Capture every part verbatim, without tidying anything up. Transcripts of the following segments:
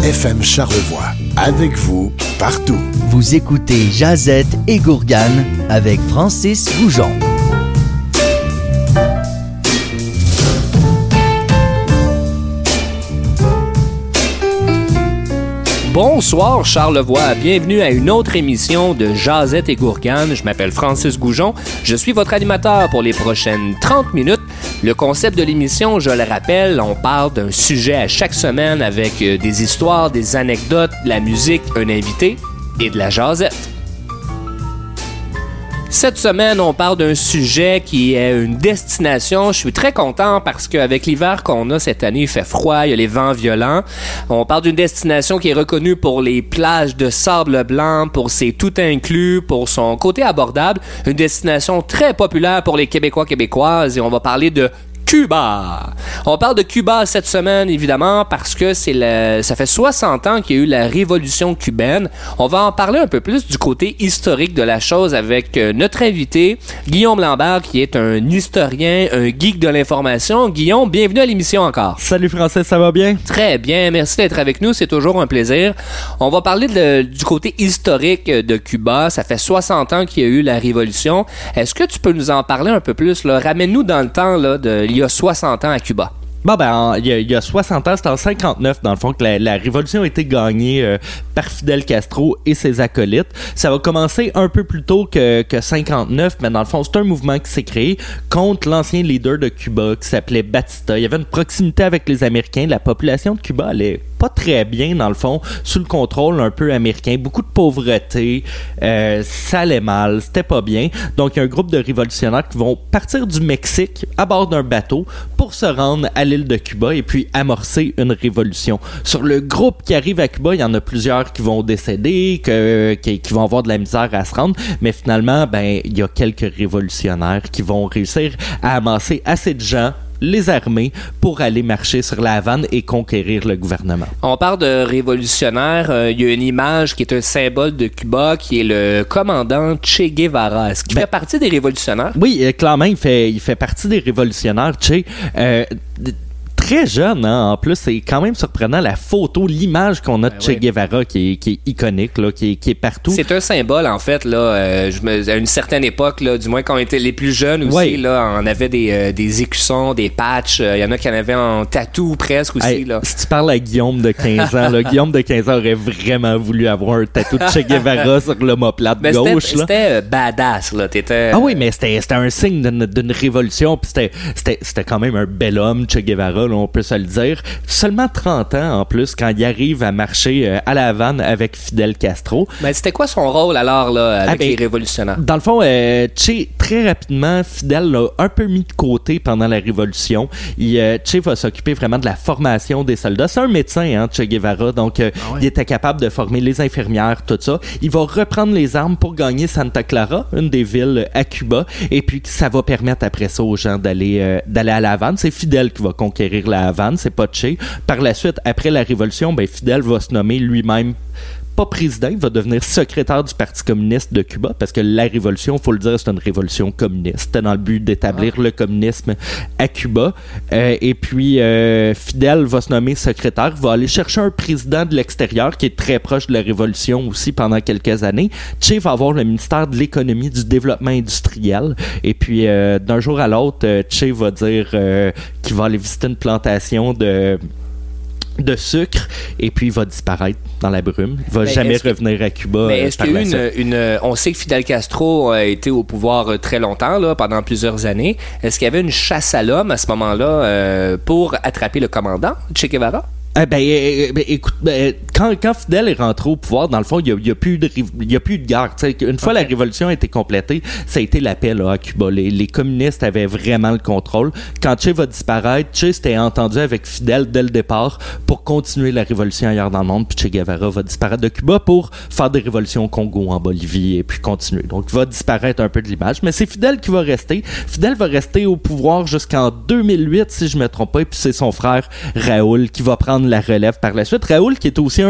F M Charlevoix, avec vous, partout. Vous écoutez Jazette et Gourgane avec Francis Goujon. Bonsoir Charlevoix, bienvenue à une autre émission de Jazette et Gourgane. Je m'appelle Francis Goujon, je suis votre animateur pour les prochaines trente minutes. Le concept de l'émission, je le rappelle, on parle d'un sujet à chaque semaine avec des histoires, des anecdotes, de la musique, un invité et de la jazette. Cette semaine, on parle d'un sujet qui est une destination. Je suis très content parce qu'avec l'hiver qu'on a cette année, il fait froid, il y a les vents violents. On parle d'une destination qui est reconnue pour les plages de sable blanc, pour ses tout inclus, pour son côté abordable. Une destination très populaire pour les Québécois, Québécoises. Et on va parler de Cuba. On parle de Cuba cette semaine, évidemment, parce que c'est le, ça fait soixante ans qu'il y a eu la révolution cubaine. On va en parler un peu plus du côté historique de la chose avec notre invité, Guillaume Lambert, qui est un historien, un geek de l'information. Guillaume, bienvenue à l'émission encore. Salut Francis, ça va bien? Très bien, merci d'être avec nous, c'est toujours un plaisir. On va parler de, du côté historique de Cuba. Ça fait soixante ans qu'il y a eu la révolution. Est-ce que tu peux nous en parler un peu plus, là? Ramène-nous dans le temps, là, de il y a soixante ans à Cuba. Bon, ben, il y, a, il y a soixante ans, c'était en cinquante-neuf, dans le fond, que la, la révolution a été gagnée euh, par Fidel Castro et ses acolytes. Ça va commencer un peu plus tôt que, que cinquante-neuf, mais dans le fond, c'est un mouvement qui s'est créé contre l'ancien leader de Cuba, qui s'appelait Batista. Il y avait une proximité avec les Américains. La population de Cuba allait pas très bien, dans le fond, sous le contrôle un peu américain. Beaucoup de pauvreté, euh, ça allait mal, c'était pas bien. Donc, il y a un groupe de révolutionnaires qui vont partir du Mexique à bord d'un bateau pour se rendre à l'île de Cuba et puis amorcer une révolution. Sur le groupe qui arrive à Cuba, il y en a plusieurs qui vont décéder, que, qui, qui vont avoir de la misère à se rendre, mais finalement, ben, il y a quelques révolutionnaires qui vont réussir à amasser assez de gens, les armées, pour aller marcher sur la Havane et conquérir le gouvernement. On parle de révolutionnaire. Euh, il y a une image qui est un symbole de Cuba, qui est le commandant Che Guevara. Est-ce qu'il ben, fait partie des révolutionnaires? Oui, euh, clairement, il fait, il fait partie des révolutionnaires. Che, euh, très jeune, hein? En plus, c'est quand même surprenant la photo, l'image qu'on a de ben Che oui. Guevara qui est, qui est iconique, là, qui, est, qui est partout. C'est un symbole, en fait, là, euh, je me, à une certaine époque, là, du moins quand on était les plus jeunes aussi, oui. là, on avait des, euh, des écussons, des patchs, il euh, y en a qui en avaient en tatou presque aussi. Hey, là. Si tu parles à Guillaume de quinze ans, là, Guillaume de quinze ans aurait vraiment voulu avoir un tatou de Che Guevara sur l'omoplate ben, gauche. C'était, là. c'était euh, badass, là. T'étais, ah oui, mais c'était, c'était un signe d'une, d'une révolution, puis c'était, c'était, c'était quand même un bel homme, Che Guevara, là, on peut se le dire. Seulement trente ans en plus quand il arrive à marcher euh, à la Havane avec Fidel Castro. Ben, c'était quoi son rôle alors là, avec ah ben, les révolutionnaires? Dans le fond, euh, Che, très rapidement, Fidel l'a un peu mis de côté pendant la révolution. Il, euh, Che va s'occuper vraiment de la formation des soldats. C'est un médecin, hein, Che Guevara, donc euh, ah ouais. il était capable de former les infirmières, tout ça. Il va reprendre les armes pour gagner Santa Clara, une des villes à Cuba, et puis ça va permettre après ça aux gens d'aller, euh, d'aller à la Havane. C'est Fidel qui va conquérir la Havane, c'est pas Che. Par la suite, après la révolution, ben Fidel va se nommer lui-même pas président, il va devenir secrétaire du Parti communiste de Cuba, parce que la révolution, il faut le dire, c'est une révolution communiste. C'était dans le but d'établir ah. le communisme à Cuba. Euh, et puis, euh, Fidel va se nommer secrétaire, va aller chercher un président de l'extérieur qui est très proche de la révolution aussi pendant quelques années. Che va avoir le ministère de l'économie, du développement industriel. Et puis, euh, d'un jour à l'autre, euh, Che va dire euh, qu'il va aller visiter une plantation de... de sucre, et puis il va disparaître dans la brume. Il va mais jamais revenir à Cuba. Mais est-ce par qu'il y a la eu une, une... On sait que Fidel Castro a été au pouvoir très longtemps, là, pendant plusieurs années. Est-ce qu'il y avait une chasse à l'homme à ce moment-là euh, pour attraper le commandant, Che Guevara? Eh ben, eh, ben, écoute, ben, quand, quand Fidel est rentré au pouvoir, dans le fond, il n'y a, a plus de il y a plus de guerre. T'sais, une fois okay. la révolution a été complétée, ça a été la paix là, à Cuba. Les, les communistes avaient vraiment le contrôle. Quand Che va disparaître, Che s'était entendu avec Fidel dès le départ pour continuer la révolution ailleurs dans le monde, puis Che Guevara va disparaître de Cuba pour faire des révolutions au Congo, en Bolivie, et puis continuer. Donc, il va disparaître un peu de l'image, mais c'est Fidel qui va rester. Fidel va rester au pouvoir jusqu'en deux mille huit, si je ne me trompe pas, et puis c'est son frère Raoul qui va prendre la relève par la suite. Raoul, qui est aussi un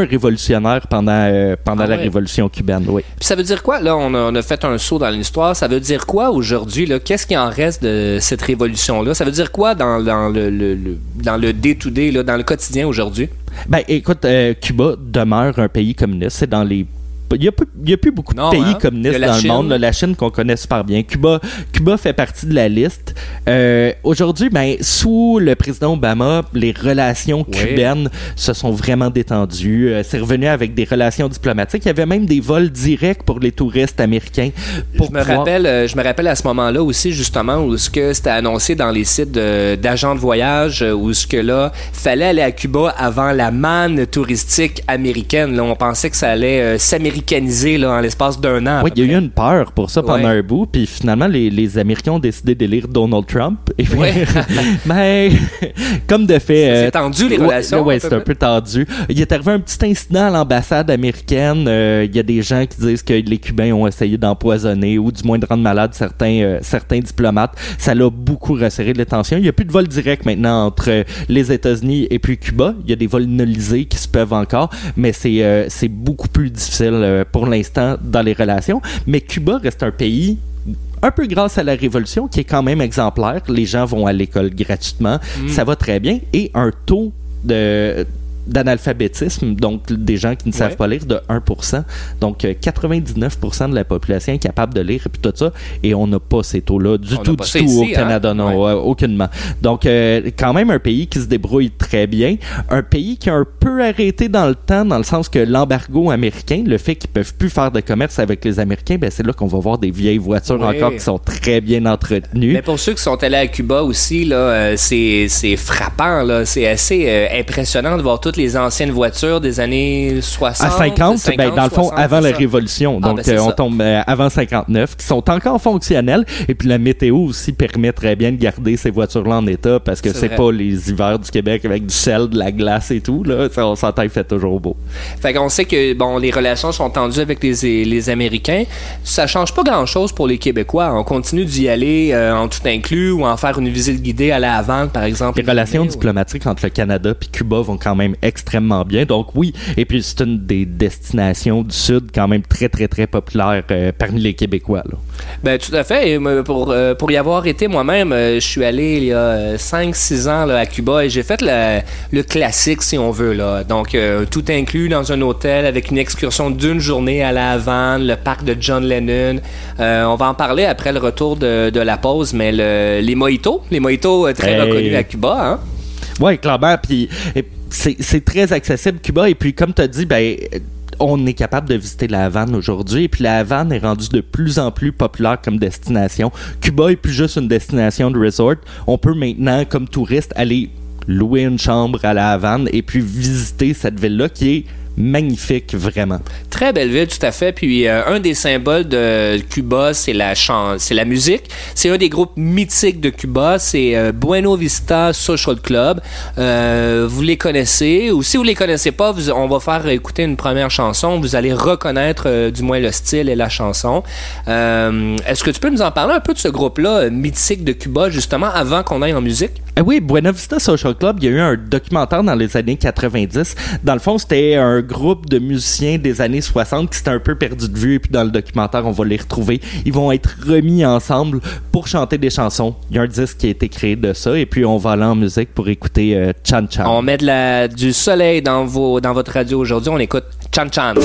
un révolutionnaire pendant, euh, pendant ah la ouais. révolution cubaine, oui. Puis ça veut dire quoi, là, on a, on a fait un saut dans l'histoire, ça veut dire quoi aujourd'hui, là? Qu'est-ce qui en reste de cette révolution-là? Ça veut dire quoi dans, dans le, le, le dans le day-to-day, là, dans le quotidien aujourd'hui? Ben, écoute, euh, Cuba demeure un pays communiste. C'est dans les Il n'y a, a plus beaucoup de non, pays hein? communistes dans Chine. le monde. Là, la Chine qu'on connaît super bien. Cuba, Cuba fait partie de la liste. Euh, aujourd'hui, ben, sous le président Obama, les relations oui. cubaines se sont vraiment détendues. Euh, c'est revenu avec des relations diplomatiques. Il y avait même des vols directs pour les touristes américains. Pour je, me pouvoir... rappelle, euh, je me rappelle à ce moment-là aussi, justement, où ce que c'était annoncé dans les sites de, d'agents de voyage, où ce que là, fallait aller à Cuba avant la manne touristique américaine. Là, on pensait que ça allait euh, s'américaniser là, en l'espace d'un an. Oui, il y a eu une peur pour ça pendant ouais. un bout, puis finalement, les, les Américains ont décidé d'élire Donald Trump. Et puis, ouais. mais, comme de fait... C'est euh, tendu, les ouais, relations. Oui, c'est un peu tendu. Il est arrivé un petit incident à l'ambassade américaine. Euh, il y a des gens qui disent que les Cubains ont essayé d'empoisonner ou du moins de rendre malade certains, euh, certains diplomates. Ça l'a beaucoup resserré les tensions. Il n'y a plus de vol direct maintenant entre les États-Unis et puis Cuba. Il y a des vols nolisés qui se peuvent encore, mais c'est, euh, c'est beaucoup plus difficile euh, pour l'instant dans les relations. Mais Cuba reste un pays, un peu grâce à la Révolution, qui est quand même exemplaire. Les gens vont à l'école gratuitement. Mm. Ça va très bien. Et un taux de... d'analphabétisme, donc des gens qui ne savent ouais. pas lire, de un pour cent. Donc, quatre-vingt-dix-neuf pour cent de la population est capable de lire et puis tout ça. Et on n'a pas ces taux-là du on tout, du tout ici, au Canada, hein? non, ouais. euh, aucunement. Donc, euh, quand même un pays qui se débrouille très bien. Un pays qui a un peu arrêté dans le temps, dans le sens que l'embargo américain, le fait qu'ils ne peuvent plus faire de commerce avec les Américains, ben c'est là qu'on va voir des vieilles voitures ouais. encore qui sont très bien entretenues. Mais pour ceux qui sont allés à Cuba aussi, là, euh, c'est, c'est frappant, là. C'est assez euh, impressionnant de voir toutes les anciennes voitures des années soixante. À cinquante, cinquante ben, dans le fond, soixante, avant la Révolution. Ah, donc, ben, euh, on tombe euh, avant cinquante-neuf, qui sont encore fonctionnelles. Et puis, la météo aussi permet très bien de garder ces voitures-là en état parce que c'est, c'est pas les hivers du Québec avec du sel, de la glace et tout. Là. Ça, on s'entend, il fait toujours beau. Fait qu'on sait que bon, les relations sont tendues avec les, les Américains. Ça change pas grand-chose pour les Québécois. On continue d'y aller euh, en tout inclus ou en faire une visite guidée à la Havane, par exemple. Les relations ou... diplomatiques entre le Canada et Cuba vont quand même extrêmement bien. Donc oui, et puis c'est une des destinations du Sud quand même très, très, très populaire euh, parmi les Québécois. Là. Ben tout à fait. Et pour, euh, pour y avoir été moi-même, euh, je suis allé il y a cinq six ans là, à Cuba et j'ai fait le, le classique, si on veut. Là. Donc, euh, tout inclus dans un hôtel avec une excursion d'une journée à la Havane, le parc de John Lennon. Euh, on va en parler après le retour de, de la pause, mais le, les mojitos, les mojitos très hey. reconnus à Cuba. Hein? Oui, clairement. Puis c'est, c'est très accessible, Cuba. Et puis, comme tu as dit, ben... on est capable de visiter la Havane aujourd'hui et puis la Havane est rendue de plus en plus populaire comme destination. Cuba est plus juste une destination de resort. On peut maintenant, comme touriste, aller louer une chambre à la Havane et puis visiter cette ville-là qui est magnifique, vraiment. Très belle ville, tout à fait. Puis euh, un des symboles de Cuba, c'est la chan- c'est la musique. C'est un des groupes mythiques de Cuba. C'est euh, Buena Vista Social Club. Euh, vous les connaissez. Ou si vous les connaissez pas, vous, on va faire écouter une première chanson. Vous allez reconnaître euh, du moins le style et la chanson. Euh, est-ce que tu peux nous en parler un peu de ce groupe-là, euh, mythique de Cuba, justement, avant qu'on aille en musique? Ah oui, Buena Vista Social Club, il y a eu un documentaire dans les années quatre-vingt-dix. Dans le fond, c'était un groupe de musiciens des années soixante qui s'étaient un peu perdus de vue et puis dans le documentaire, on va les retrouver. Ils vont être remis ensemble pour chanter des chansons. Il y a un disque qui a été créé de ça et puis on va aller en musique pour écouter euh, Chan Chan. On met de la, du soleil dans, vos, dans votre radio aujourd'hui. On écoute Chan Chan.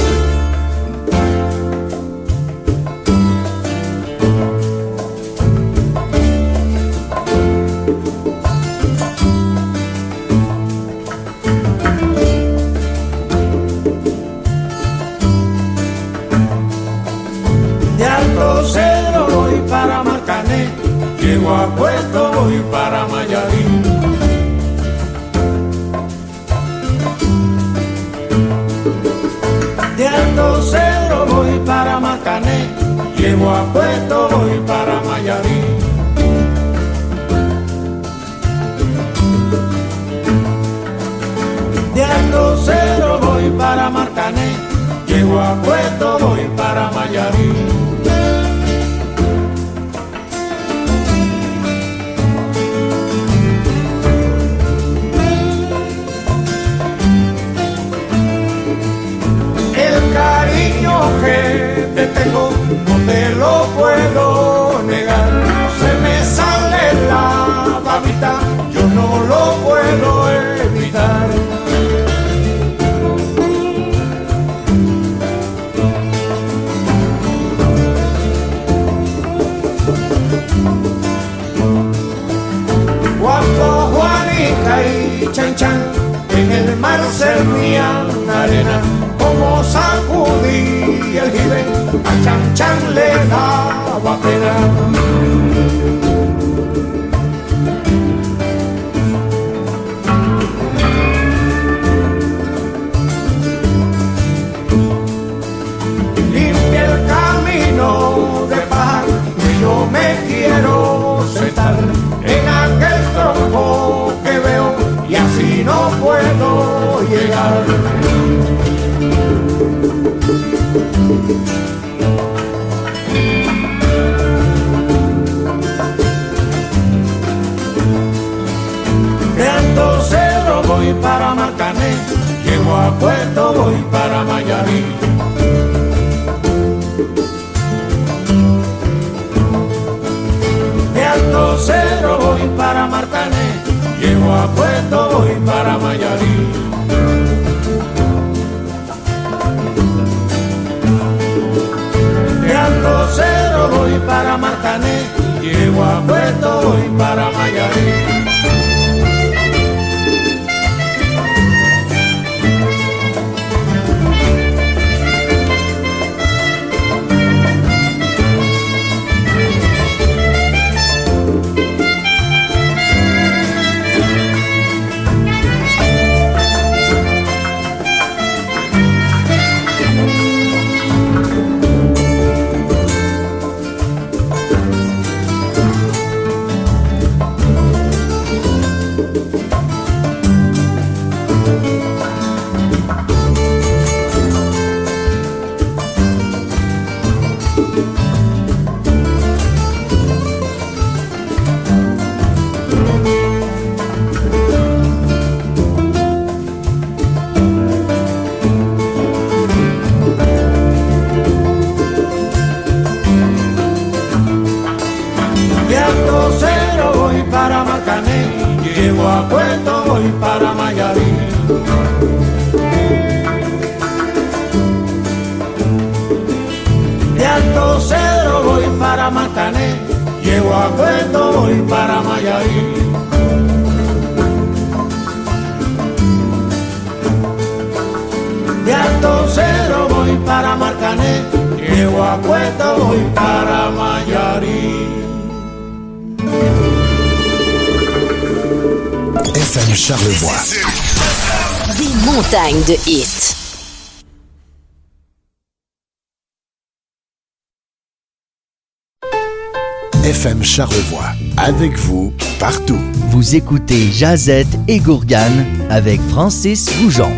Llego a Puerto, voy para Mayarí. De Alto Cedro voy para Macané. Llego a Puerto, voy para Mayarí. De Alto Cedro voy para Marcané. Llego a Puerto, voy para Mayarí. quemarse mi arena, como sacudí el jibe, a Chan Chan le daba pena. De paz, y yo me quiero sentar en aquel tronco que veo y así no puedo llegar. De Alto Cerro voy para Marcané, llego a Puerto voy para Mayarí. Alto Cerro voy para Marcané, llego a Puerto voy para Mayarí. De Alto Cerro voy para Marcané, llego a Puerto voy para Mayarí. Llego a Puerto voy para Mayarí. De Alto Cerro voy para Marcané, llego a Puerto voy para Mayarí. De Alto Cerro voy para Marcané, llego a Puerto voy para Mayarí. F M Charlevoix. Des montagnes de hits. F M Charlevoix. Avec vous, partout. Vous écoutez Jazette et Gourgane avec Francis Goujon.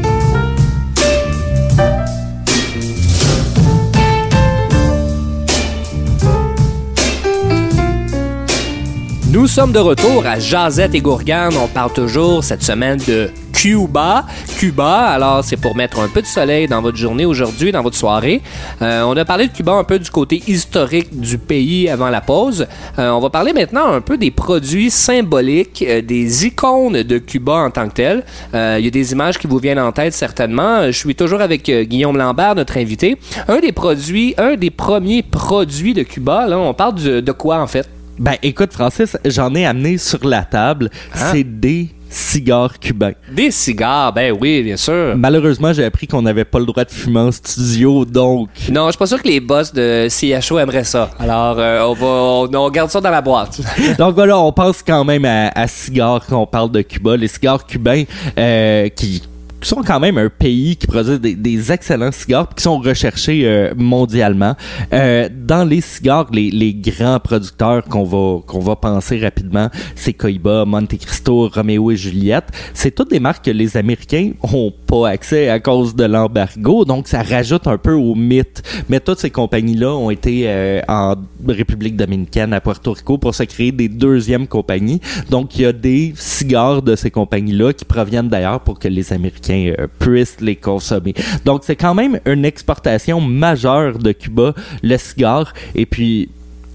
Nous sommes de retour à Jazette et Gourgane. On parle toujours cette semaine de Cuba. Cuba, alors c'est pour mettre un peu de soleil dans votre journée aujourd'hui, dans votre soirée. Euh, on a parlé de Cuba un peu du côté historique du pays avant la pause. Euh, on va parler maintenant un peu des produits symboliques, euh, des icônes de Cuba en tant que tel. Euh, il y a des images qui vous viennent en tête certainement. Je suis toujours avec euh, Guillaume Lambert, notre invité. Un des produits, un des premiers produits de Cuba, là, on parle de, de quoi en fait? Ben écoute Francis, j'en ai amené sur la table, hein? C'est des cigares cubains. Des cigares, ben oui, bien sûr. Malheureusement, j'ai appris qu'on n'avait pas le droit de fumer en studio, donc... Non, je suis pas sûr que les boss de C H O aimeraient ça. Alors, euh, on va, on, on garde ça dans la boîte. Donc voilà, on pense quand même à, à cigares quand on parle de Cuba. Les cigares cubains euh, qui... qui sont quand même un pays qui produit des, des excellents cigares qui sont recherchés euh, mondialement. Euh, dans les cigares, les, les grands producteurs qu'on va qu'on va penser rapidement, c'est Cohiba, Monte Cristo, Romeo et Juliette. C'est toutes des marques que les Américains ont pas accès à cause de l'embargo, donc ça rajoute un peu au mythe. Mais toutes ces compagnies-là ont été euh, en République dominicaine, à Puerto Rico, pour se créer des deuxièmes compagnies. Donc il y a des cigares de ces compagnies-là qui proviennent d'ailleurs pour que les Américains Euh, puissent les consommer. Donc, c'est quand même une exportation majeure de Cuba, le cigare. Et puis,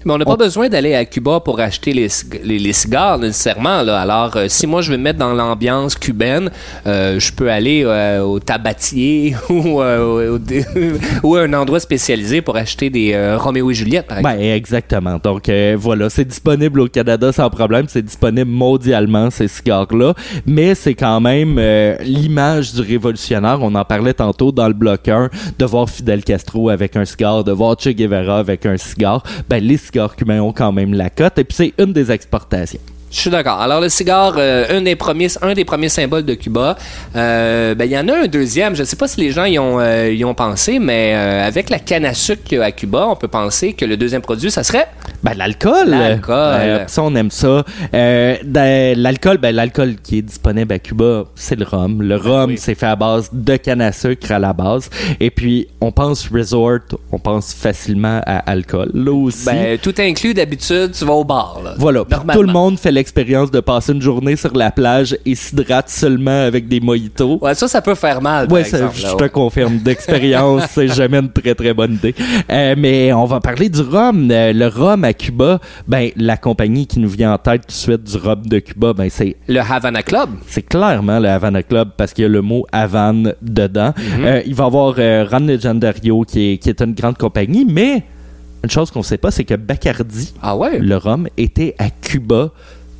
Mais on n'a pas On- besoin d'aller à Cuba pour acheter les, cig- les, les cigares nécessairement. Là. Alors, euh, si moi je veux me mettre dans l'ambiance cubaine, euh, je peux aller euh, au tabatier ou, euh, au, ou à un endroit spécialisé pour acheter des euh, Roméo et Juliette, par exemple. Ben, exactement. Donc, euh, voilà, c'est disponible au Canada sans problème. C'est disponible mondialement, ces cigares-là. Mais c'est quand même euh, l'image du révolutionnaire. On en parlait tantôt dans le bloc un, de voir Fidel Castro avec un cigare, de voir Che Guevara avec un cigare. Ben, les cigares cubains ont quand même la cote. Et puis, c'est une des exportations. Je suis d'accord. Alors, le cigare, euh, un, des premiers, un des premiers symboles de Cuba, euh, ben, il y en a un deuxième. Je ne sais pas si les gens y ont, euh, y ont pensé, mais euh, avec la canne à sucre qu'il y a à Cuba, on peut penser que le deuxième produit, ça serait Ben, l'alcool. L'alcool. Euh, ça, on aime ça. Euh, de- l'alcool, ben, l'alcool qui est disponible à Cuba, c'est le rhum. Le rhum, oui. c'est fait à base de canne à sucre à la base. Et puis, on pense resort, on pense facilement à alcool. Là aussi. ben, tout inclus. D'habitude, tu vas au bar. Là, Voilà. Puis normalement. tout le monde fait l'expérience de passer une journée sur la plage et s'hydrate seulement avec des mojitos. Ouais, ça, ça peut faire mal. Par Ouais, ça, exemple, je là, te ouais. confirme. D'expérience, c'est jamais une très très bonne idée. Euh, mais on va parler du rhum. Euh, le rhum à Cuba, ben la compagnie qui nous vient en tête tout de suite du rhum de Cuba, ben c'est Le Havana Club. c'est clairement le Havana Club parce qu'il y a le mot Havane dedans. Euh, il va y avoir euh, Ron Legendario qui est, qui est une grande compagnie, mais une chose qu'on sait pas, c'est que Bacardi, Ah ouais? le rhum, était à Cuba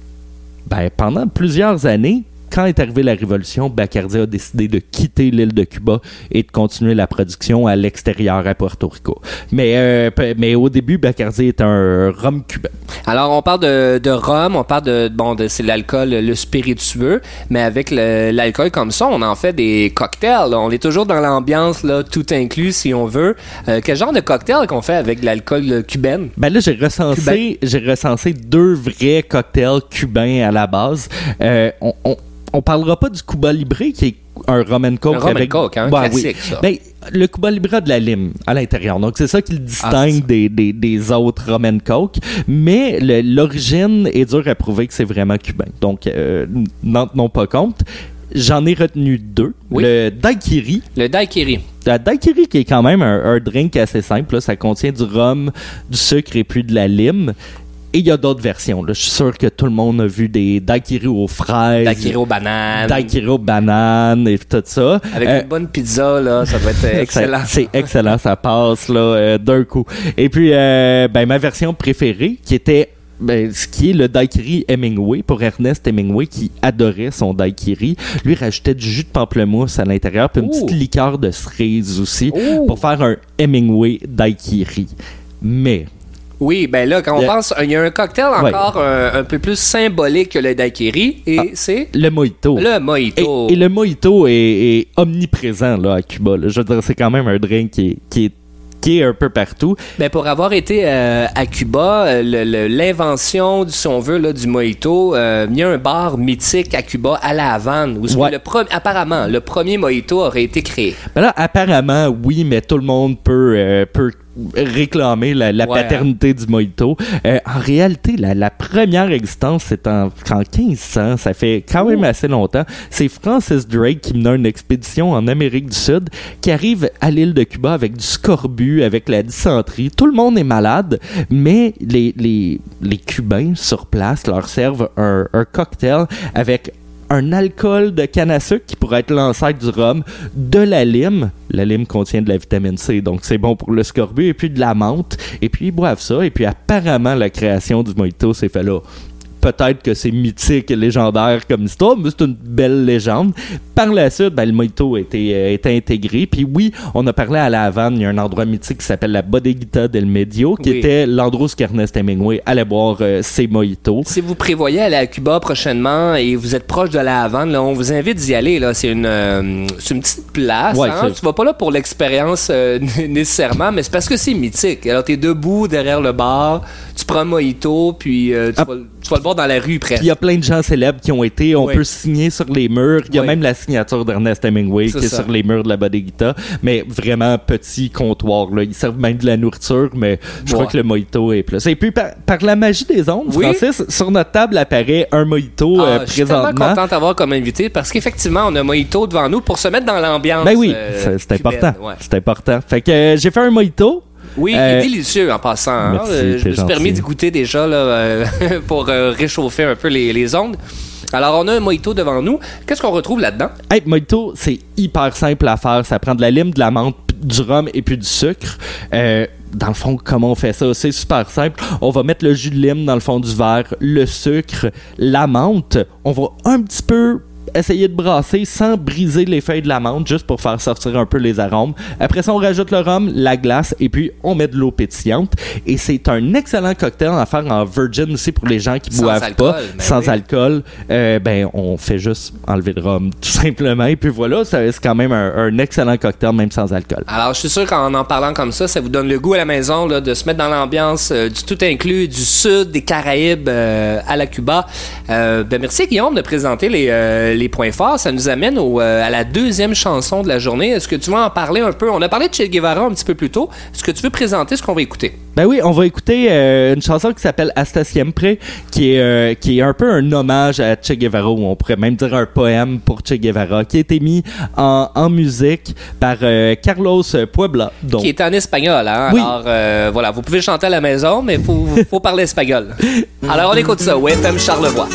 ben, pendant plusieurs années. Quand est arrivée la Révolution, Bacardi a décidé de quitter l'île de Cuba et de continuer la production à l'extérieur à Porto Rico. Mais, euh, p- mais au début, Bacardi est un rhum cubain. Alors, on parle de, de rhum, on parle de, bon, de, c'est l'alcool, le spiritueux, mais avec le- l'alcool comme ça, on en fait des cocktails. On est toujours dans l'ambiance, là, tout inclus, si on veut. Euh, quel genre de cocktail qu'on fait avec de l'alcool euh, cubain? Ben là, j'ai recensé, j'ai recensé deux vrais cocktails cubains à la base. Euh, on, on, on parlera pas du Cuba Libre, qui est un rum and coke Un rum and avec... coke, hein, Ouais, classique, oui. ça. Ben, le Cuba Libre a de la lime à l'intérieur. Donc, c'est ça qui le distingue c'est ça. des, des, des autres rum and coke. Mais le- l'origine est dure à prouver que c'est vraiment cubain. Donc, euh, n'en tenons pas compte. J'en ai retenu deux. Oui. Le daiquiri. Le daiquiri. La daiquiri qui est quand même un, un drink assez simple. Là. Ça contient du rhum, du sucre et puis de la lime. Et il y a d'autres versions. Là. Je suis sûr que tout le monde a vu des daiquiri aux fraises. Daiquiri aux bananes. Daiquiri aux bananes et tout ça. Avec Euh, une bonne pizza, là, ça va être euh, excellent. ça- C'est excellent, ça passe là euh, d'un coup. Et puis, euh, ben, ma version préférée, qui était ben, ce qui est le daiquiri Hemingway, pour Ernest Hemingway, qui adorait son daiquiri. Lui, rajoutait du jus de pamplemousse à l'intérieur, puis une Ouh. petite liqueur de cerise aussi, Ouh. pour faire un Hemingway daiquiri. Mais... Oui, ben là, quand on Le- pense, il y a un cocktail Ouais. encore un, un peu plus symbolique que le daiquiri, et Ah. c'est Le mojito. le mojito. Et, et le mojito est, est omniprésent là, à Cuba. Là. Je veux dire, c'est quand même un drink qui est, qui est, qui est un peu partout. Ben pour avoir été euh, à Cuba, euh, le- le- l'invention, du- si on veut, là, du mojito, euh, il y a un bar mythique à Cuba, à La Havane, où ce que Ouais. le pre- apparemment, le premier mojito aurait été créé. Ben là, apparemment, oui, mais tout le monde peut, euh, peut réclamer la, la Ouais. paternité du mojito. Euh, en réalité, la, la première existence, c'est en, en quinze cents. Ça fait quand même assez longtemps. C'est Francis Drake qui mène une expédition en Amérique du Sud, qui arrive à l'île de Cuba avec du scorbut, avec la dysenterie. Tout le monde est malade, mais les, les, les Cubains sur place leur servent un, un cocktail avec un alcool de canne à sucre qui pourrait être l'ancêtre du rhum, de la lime. La lime contient de la vitamine C, donc c'est bon pour le scorbut, et puis de la menthe. Et puis ils boivent ça, et puis apparemment la création du mojito s'est fait là. Peut-être que c'est mythique et légendaire comme histoire, mais c'est une belle légende. Par la suite, ben, le mojito a été, euh, été intégré. Puis oui, on a parlé à La Havane, il y a un endroit mythique qui s'appelle la Bodeguita del Medio, qui Oui. était l'endroit où Ernest Hemingway allait boire euh, ses mojitos. Si vous prévoyez aller à Cuba prochainement et vous êtes proche de La Havane, là, on vous invite d'y aller. Là. C'est, une, euh, c'est une petite place. Ouais, hein. c'est- Tu vas pas là pour l'expérience euh, nécessairement, mais c'est parce que c'est mythique. Alors, tu es debout derrière le bar, tu prends un mojito, puis euh, tu, Ah. vas, tu vas le boire dans la rue presque. Puis il y a plein de gens célèbres qui ont été, on Oui. peut signer sur les murs. Il y a Oui. même la signature d'Ernest Hemingway C'est qui est ça. sur les murs de la Bodeguita. Mais vraiment petit comptoir. Là. Ils servent même de la nourriture, mais je Ouais. crois que le mojito est plus. Et puis par, par la magie des ondes, Oui. Francis, sur notre table apparaît un mojito euh, Ah, je suis tellement présentement. content d'avoir comme invité parce qu'effectivement, on a un mojito devant nous pour se mettre dans l'ambiance. Ben oui, euh, c'est, c'est cubaine. important. Ouais. C'est important. Fait que euh, j'ai fait un mojito. Oui, Euh, il est délicieux en passant. Hein. merci, Euh, je t'es me suis gentil. permis d'y goûter déjà là, euh, pour euh, réchauffer un peu les, les ondes. Alors, on a un mojito devant nous. Qu'est-ce qu'on retrouve là-dedans? Hey, mojito, c'est hyper simple à faire. Ça prend de la lime, de la menthe, p- du rhum et puis du sucre. Euh, dans le fond, comment on fait ça? C'est super simple. On va mettre le jus de lime dans le fond du verre, le sucre, la menthe. On va un petit peu essayer de brasser sans briser les feuilles de la menthe, juste pour faire sortir un peu les arômes. Après ça, on rajoute le rhum, la glace et puis on met de l'eau pétillante. Et c'est un excellent cocktail à faire en virgin aussi pour les gens qui Sans boivent alcool, pas. ben Sans oui. alcool. Euh, ben, on fait juste enlever le rhum, tout simplement. Et puis voilà, ça- c'est quand même un, un excellent cocktail, même sans alcool. Alors, je suis sûr qu'en en parlant comme ça, ça vous donne le goût à la maison là, de se mettre dans l'ambiance euh, du tout inclus, du sud, des Caraïbes euh, à la Cuba. Euh, ben, merci Guillaume de présenter les, euh, les points forts. Ça nous amène au, euh, à la deuxième chanson de la journée. Est-ce que tu veux en parler un peu? On a parlé de Che Guevara un petit peu plus tôt. Est-ce que tu veux présenter ce qu'on va écouter? Ben oui, on va écouter euh, une chanson qui s'appelle Hasta Siempre, qui est, euh, qui est un peu un hommage à Che Guevara, ou on pourrait même dire un poème pour Che Guevara, qui a été mis en, en musique par euh, Carlos Puebla. Donc, Qui est en espagnol, hein? Oui. Alors, euh, voilà, vous pouvez chanter à la maison, mais il faut, faut parler espagnol. Alors, on écoute ça. W F M Charlevoix.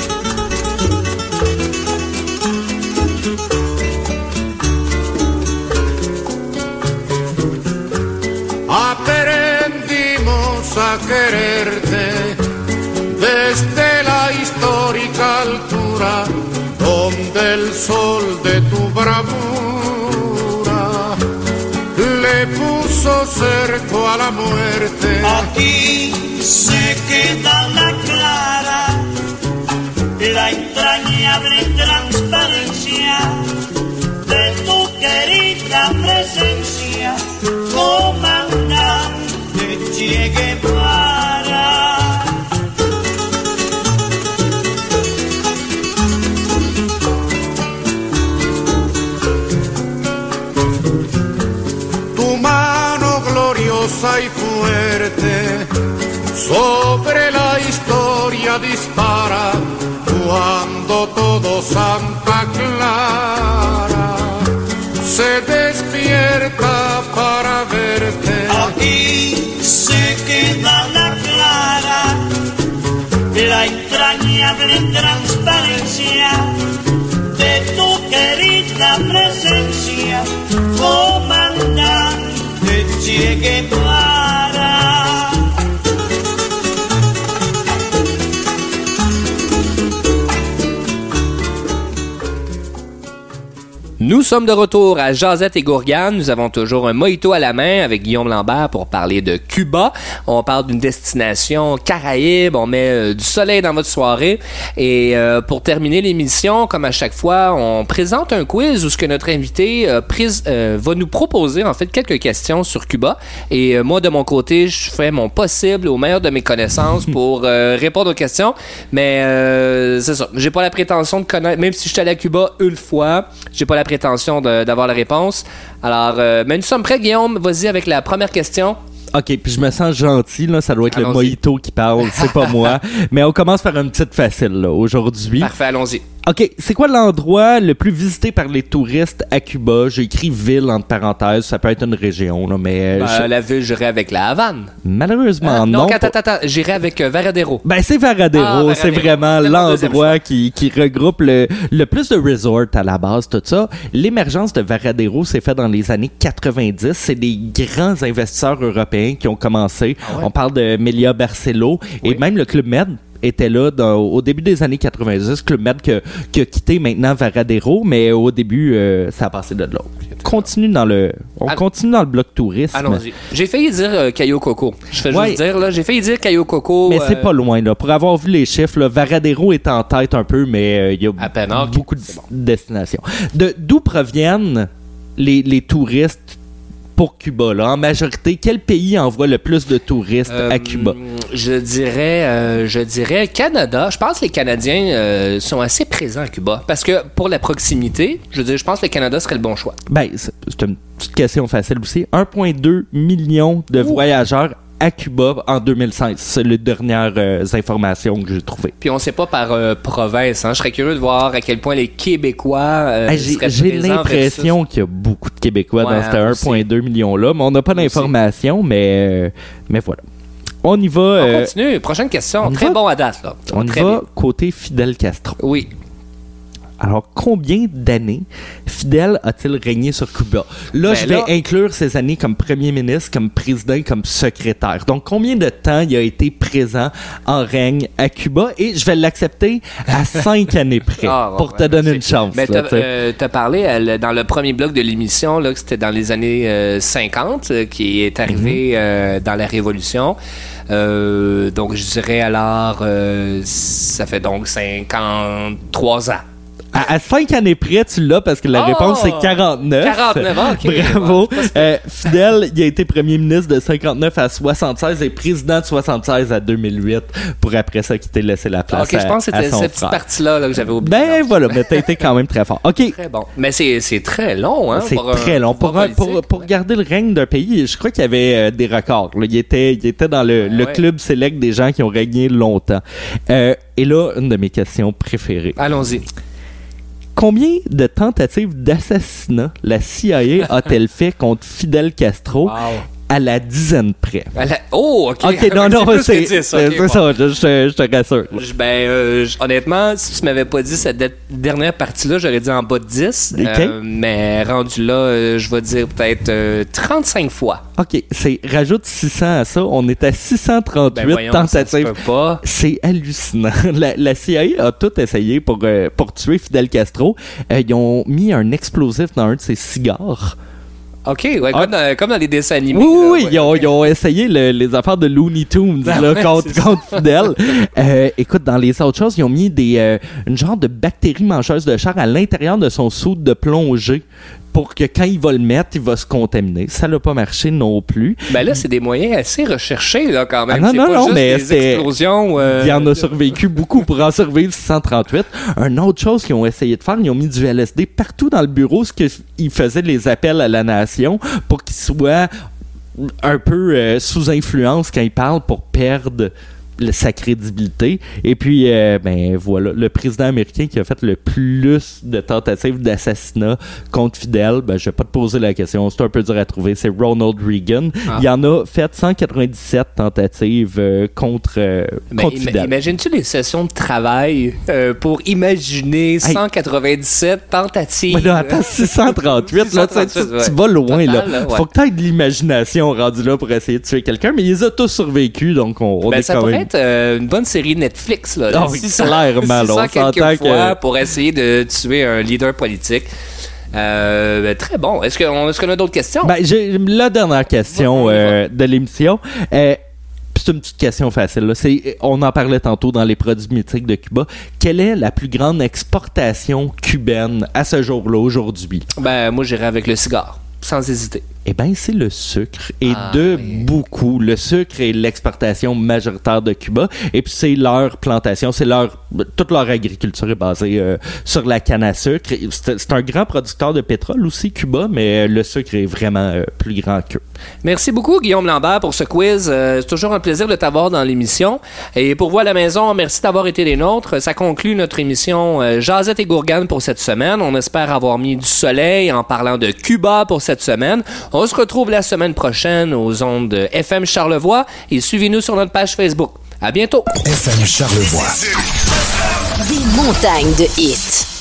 Aprendimos a quererte desde la histórica altura donde el sol de tu bravura le puso cerco a la muerte. Aquí se queda la clara, la entrañable transparencia de tu querida presencia, comandante Che Guevara. Tu mano gloriosa y fuerte sobre la historia dispara cuando todo Santa Clara se despierta para verte. Aquí se queda la clara, la entrañable transparencia de tu querida presencia, comandante Che Guevara. Nous sommes de retour à Jazette et Gourgane. Nous avons toujours un mojito à la main avec Guillaume Lambert pour parler de Cuba. On parle d'une destination Caraïbe. On met euh, du soleil dans votre soirée. Et euh, pour terminer l'émission, comme à chaque fois, on présente un quiz où ce que notre invité euh, prise, euh, va nous proposer en fait quelques questions sur Cuba. Et euh, moi, de mon côté, je fais mon possible au meilleur de mes connaissances pour euh, répondre aux questions. Mais euh, c'est ça. J'ai pas la prétention de connaître, même si je suis allé à Cuba une fois, j'ai pas la prétention de, d'avoir la réponse. Alors, euh, mais nous sommes prêts, Guillaume. Vas-y avec la première question. OK, puis je me sens gentil, là, ça doit être Allons-y. le mojito qui parle, c'est pas moi. Mais on commence par une petite facile, là, aujourd'hui. Parfait, allons-y. OK, c'est quoi l'endroit le plus visité par les touristes à Cuba? J'ai écrit ville entre parenthèses, ça peut être une région, là, mais euh, Ben, je- la ville, j'irai avec la Havane. malheureusement Ah, non. attends, attends, attends. J'irai avec euh, Varadero. Ben c'est Varadero, Ah, Varadero. c'est vraiment C'était mon deuxième l'endroit qui, qui regroupe le, le plus de resorts à la base, tout ça. L'émergence de Varadero s'est faite dans les années quatre-vingt-dix. C'est des grands investisseurs européens qui ont commencé. On parle de Melia Barcelo et même le Club Med était là dans- au début des années quatre-vingt-dix. Club Med que- qui a quitté maintenant Varadero, mais au début, euh, ça a passé de l'autre. Continue dans le, on All- continue dans le bloc tourisme. Allons-y. J'ai failli dire euh, Cayo Coco. Je fais Ouais. juste dire, là, j'ai failli dire Cayo Coco. Mais c'est euh, pas loin, là. Pour avoir vu les chiffres, là, Varadero est en tête un peu, mais euh, il y a À peine, ok. beaucoup de C'est bon. destinations. De, d'où proviennent les, les touristes pour Cuba, là? En majorité, quel pays envoie le plus de touristes euh, à Cuba? Je dirais, euh, je dirais Canada. Je pense que les Canadiens euh, sont assez présents à Cuba. Parce que pour la proximité, je veux dire, je pense que le Canada serait le bon choix. Ben, c'est, c'est une petite question facile aussi. un virgule deux million de voyageurs à Cuba en deux mille cinq. C'est les dernières euh, informations que j'ai trouvées. Puis on sait pas par euh, province. Hein. Je serais curieux de voir à quel point les Québécois euh, ah, j'ai, seraient j'ai présents l'impression versus... qu'il y a beaucoup de Québécois Ouais, dans ces un virgule deux millions-là, mais on n'a pas d'informations, mais, euh, mais voilà. On y va. On euh, continue. Prochaine question. on Très va, bon à date. Là. On y Très va bien. côté Fidel Castro. Oui. Alors, combien d'années Fidel a-t-il régné sur Cuba? Là, Ben je vais là- inclure ses années comme premier ministre, comme président, comme secrétaire. Donc, combien de temps il a été présent en règne à Cuba? Et je vais l'accepter à cinq années près, Ah, bon, pour te ouais, donner c'est- une chance. Mais là, t'as, tu sais. euh, t'as parlé euh, dans le premier bloc de l'émission là, que c'était dans les années euh, cinquante euh, qui est arrivé Mhm. euh, dans la Révolution. Euh, donc, je dirais alors, euh, ça fait donc cinquante-trois ans. À, à cinq années près, tu l'as parce que la Oh! réponse c'est quarante-neuf. quarante-neuf ans, ok. Bravo. Ouais, Euh, Fidel, il a été premier ministre de cinquante-neuf à soixante-seize et président de soixante-seize à deux mille huit pour après ça quitter laisser la place Ok, je pense que à, à c'était son cette petite frère. partie-là là, que j'avais oublié. Ben Non, voilà, mais t'as été quand même très fort. OK. Très bon. Mais c'est, c'est très long, hein? C'est pour un très long. Pour, pouvoir un- pour, politique. pour garder le règne d'un pays, je crois qu'il y avait euh, des records. là. Il, était, il était dans le, le ouais. club select des gens qui ont régné longtemps. Euh, et là, une de mes questions préférées. Allons-y. Combien de tentatives d'assassinat la C I A a-t-elle fait contre Fidel Castro Wow. à la dizaine près? À la- Oh, ok. Ok, non, non, plus que c'est dix, ok, c'est bon. ça, je, je te- je te rassure. Je- Ben, euh, j- honnêtement, si tu m'avais pas dit cette de- dernière partie-là, j'aurais dit en bas de dix. Ok. Euh, mais rendu là, euh, je vais dire peut-être euh, trente-cinq fois. Ok, c'est rajoute six cents à ça, on est à six cent trente-huit Ben voyons, ça se tentatives. peut pas. C'est hallucinant. La, la C I A a tout essayé pour, euh, pour tuer Fidel Castro. Euh, ils ont mis un explosif dans un de ses cigares. OK, ouais, Ah. comme, dans, comme dans les dessins animés. Oui, là, oui, ouais. ils, ont, ils ont essayé le- les affaires de Looney Tunes Ah là, ouais, contre, c'est ça. contre Fidel. Euh, écoute, dans les autres choses, ils ont mis des, euh, une genre de bactérie mangeuse de chair à l'intérieur de son soude de plongée pour que quand il va le mettre, il va se contaminer. Ça n'a pas marché non plus. Ben là, c'est des moyens assez recherchés, là, quand même. Ah non, c'est non, pas non, juste mais des c'est- explosions. euh, Il y en a survécu beaucoup pour en survivre six cent trente-huit. Une autre chose qu'ils ont essayé de faire, ils ont mis du L S D partout dans le bureau, ce qu'ils faisaient les appels à la nation pour qu'ils soient un peu euh, sous influence quand ils parlent pour perdre le- sa crédibilité. Et puis, euh, ben voilà, le président américain qui a fait le plus de tentatives d'assassinat contre Fidel, ben je vais pas te poser la question, c'est un peu dur à trouver, c'est Ronald Reagan. Ah. Il en a fait cent quatre-vingt-dix-sept tentatives euh, contre, euh, Ben, contre ima- Fidel. imagines-tu les sessions de travail euh, pour imaginer cent quatre-vingt-dix-sept tentatives? Ouais, là, attends, six cent trente-huit, là, tu, sais, tu- six cent trente-huit, tu vas loin, Total, là. là, ouais. Faut que tu aies de l'imagination rendu là pour essayer de tuer quelqu'un, mais ils les ont tous survécu, donc on, on Ben, est ça quand pourrait même... être euh, une bonne série Netflix, là. Ah oui, six cents clairement, là, on six cents quelques s'entend que- fois pour essayer de tuer un leader politique. Euh, ben, très bon. Est-ce qu'on est-ce qu'on a d'autres questions? Ben, j'ai la dernière question Ouais, on y va. euh, de l'émission. Euh, c'est une petite question facile. Là. C'est, on en parlait tantôt dans les produits mythiques de Cuba. Quelle est la plus grande exportation cubaine à ce jour-là, aujourd'hui? Ben, moi, j'irais avec le cigare, sans hésiter. Eh bien, c'est le sucre. Et Ah, de oui. beaucoup. Le sucre est l'exportation majoritaire de Cuba. Et puis, c'est leur plantation, c'est leur... Toute leur agriculture est basée euh, sur la canne à sucre. Et C'est, c'est un grand producteur de pétrole aussi, Cuba, mais le sucre est vraiment euh, plus grand qu'eux. Merci beaucoup, Guillaume Lambert, pour ce quiz. Euh, c'est toujours un plaisir de t'avoir dans l'émission. Et pour vous à la maison, merci d'avoir été les nôtres. Ça conclut notre émission euh, Jazette et Gourgane pour cette semaine. On espère avoir mis du soleil en parlant de Cuba pour cette semaine. On se retrouve la semaine prochaine aux ondes de F M Charlevoix et suivez-nous sur notre page Facebook. À bientôt! F M Charlevoix. Des montagnes de hits.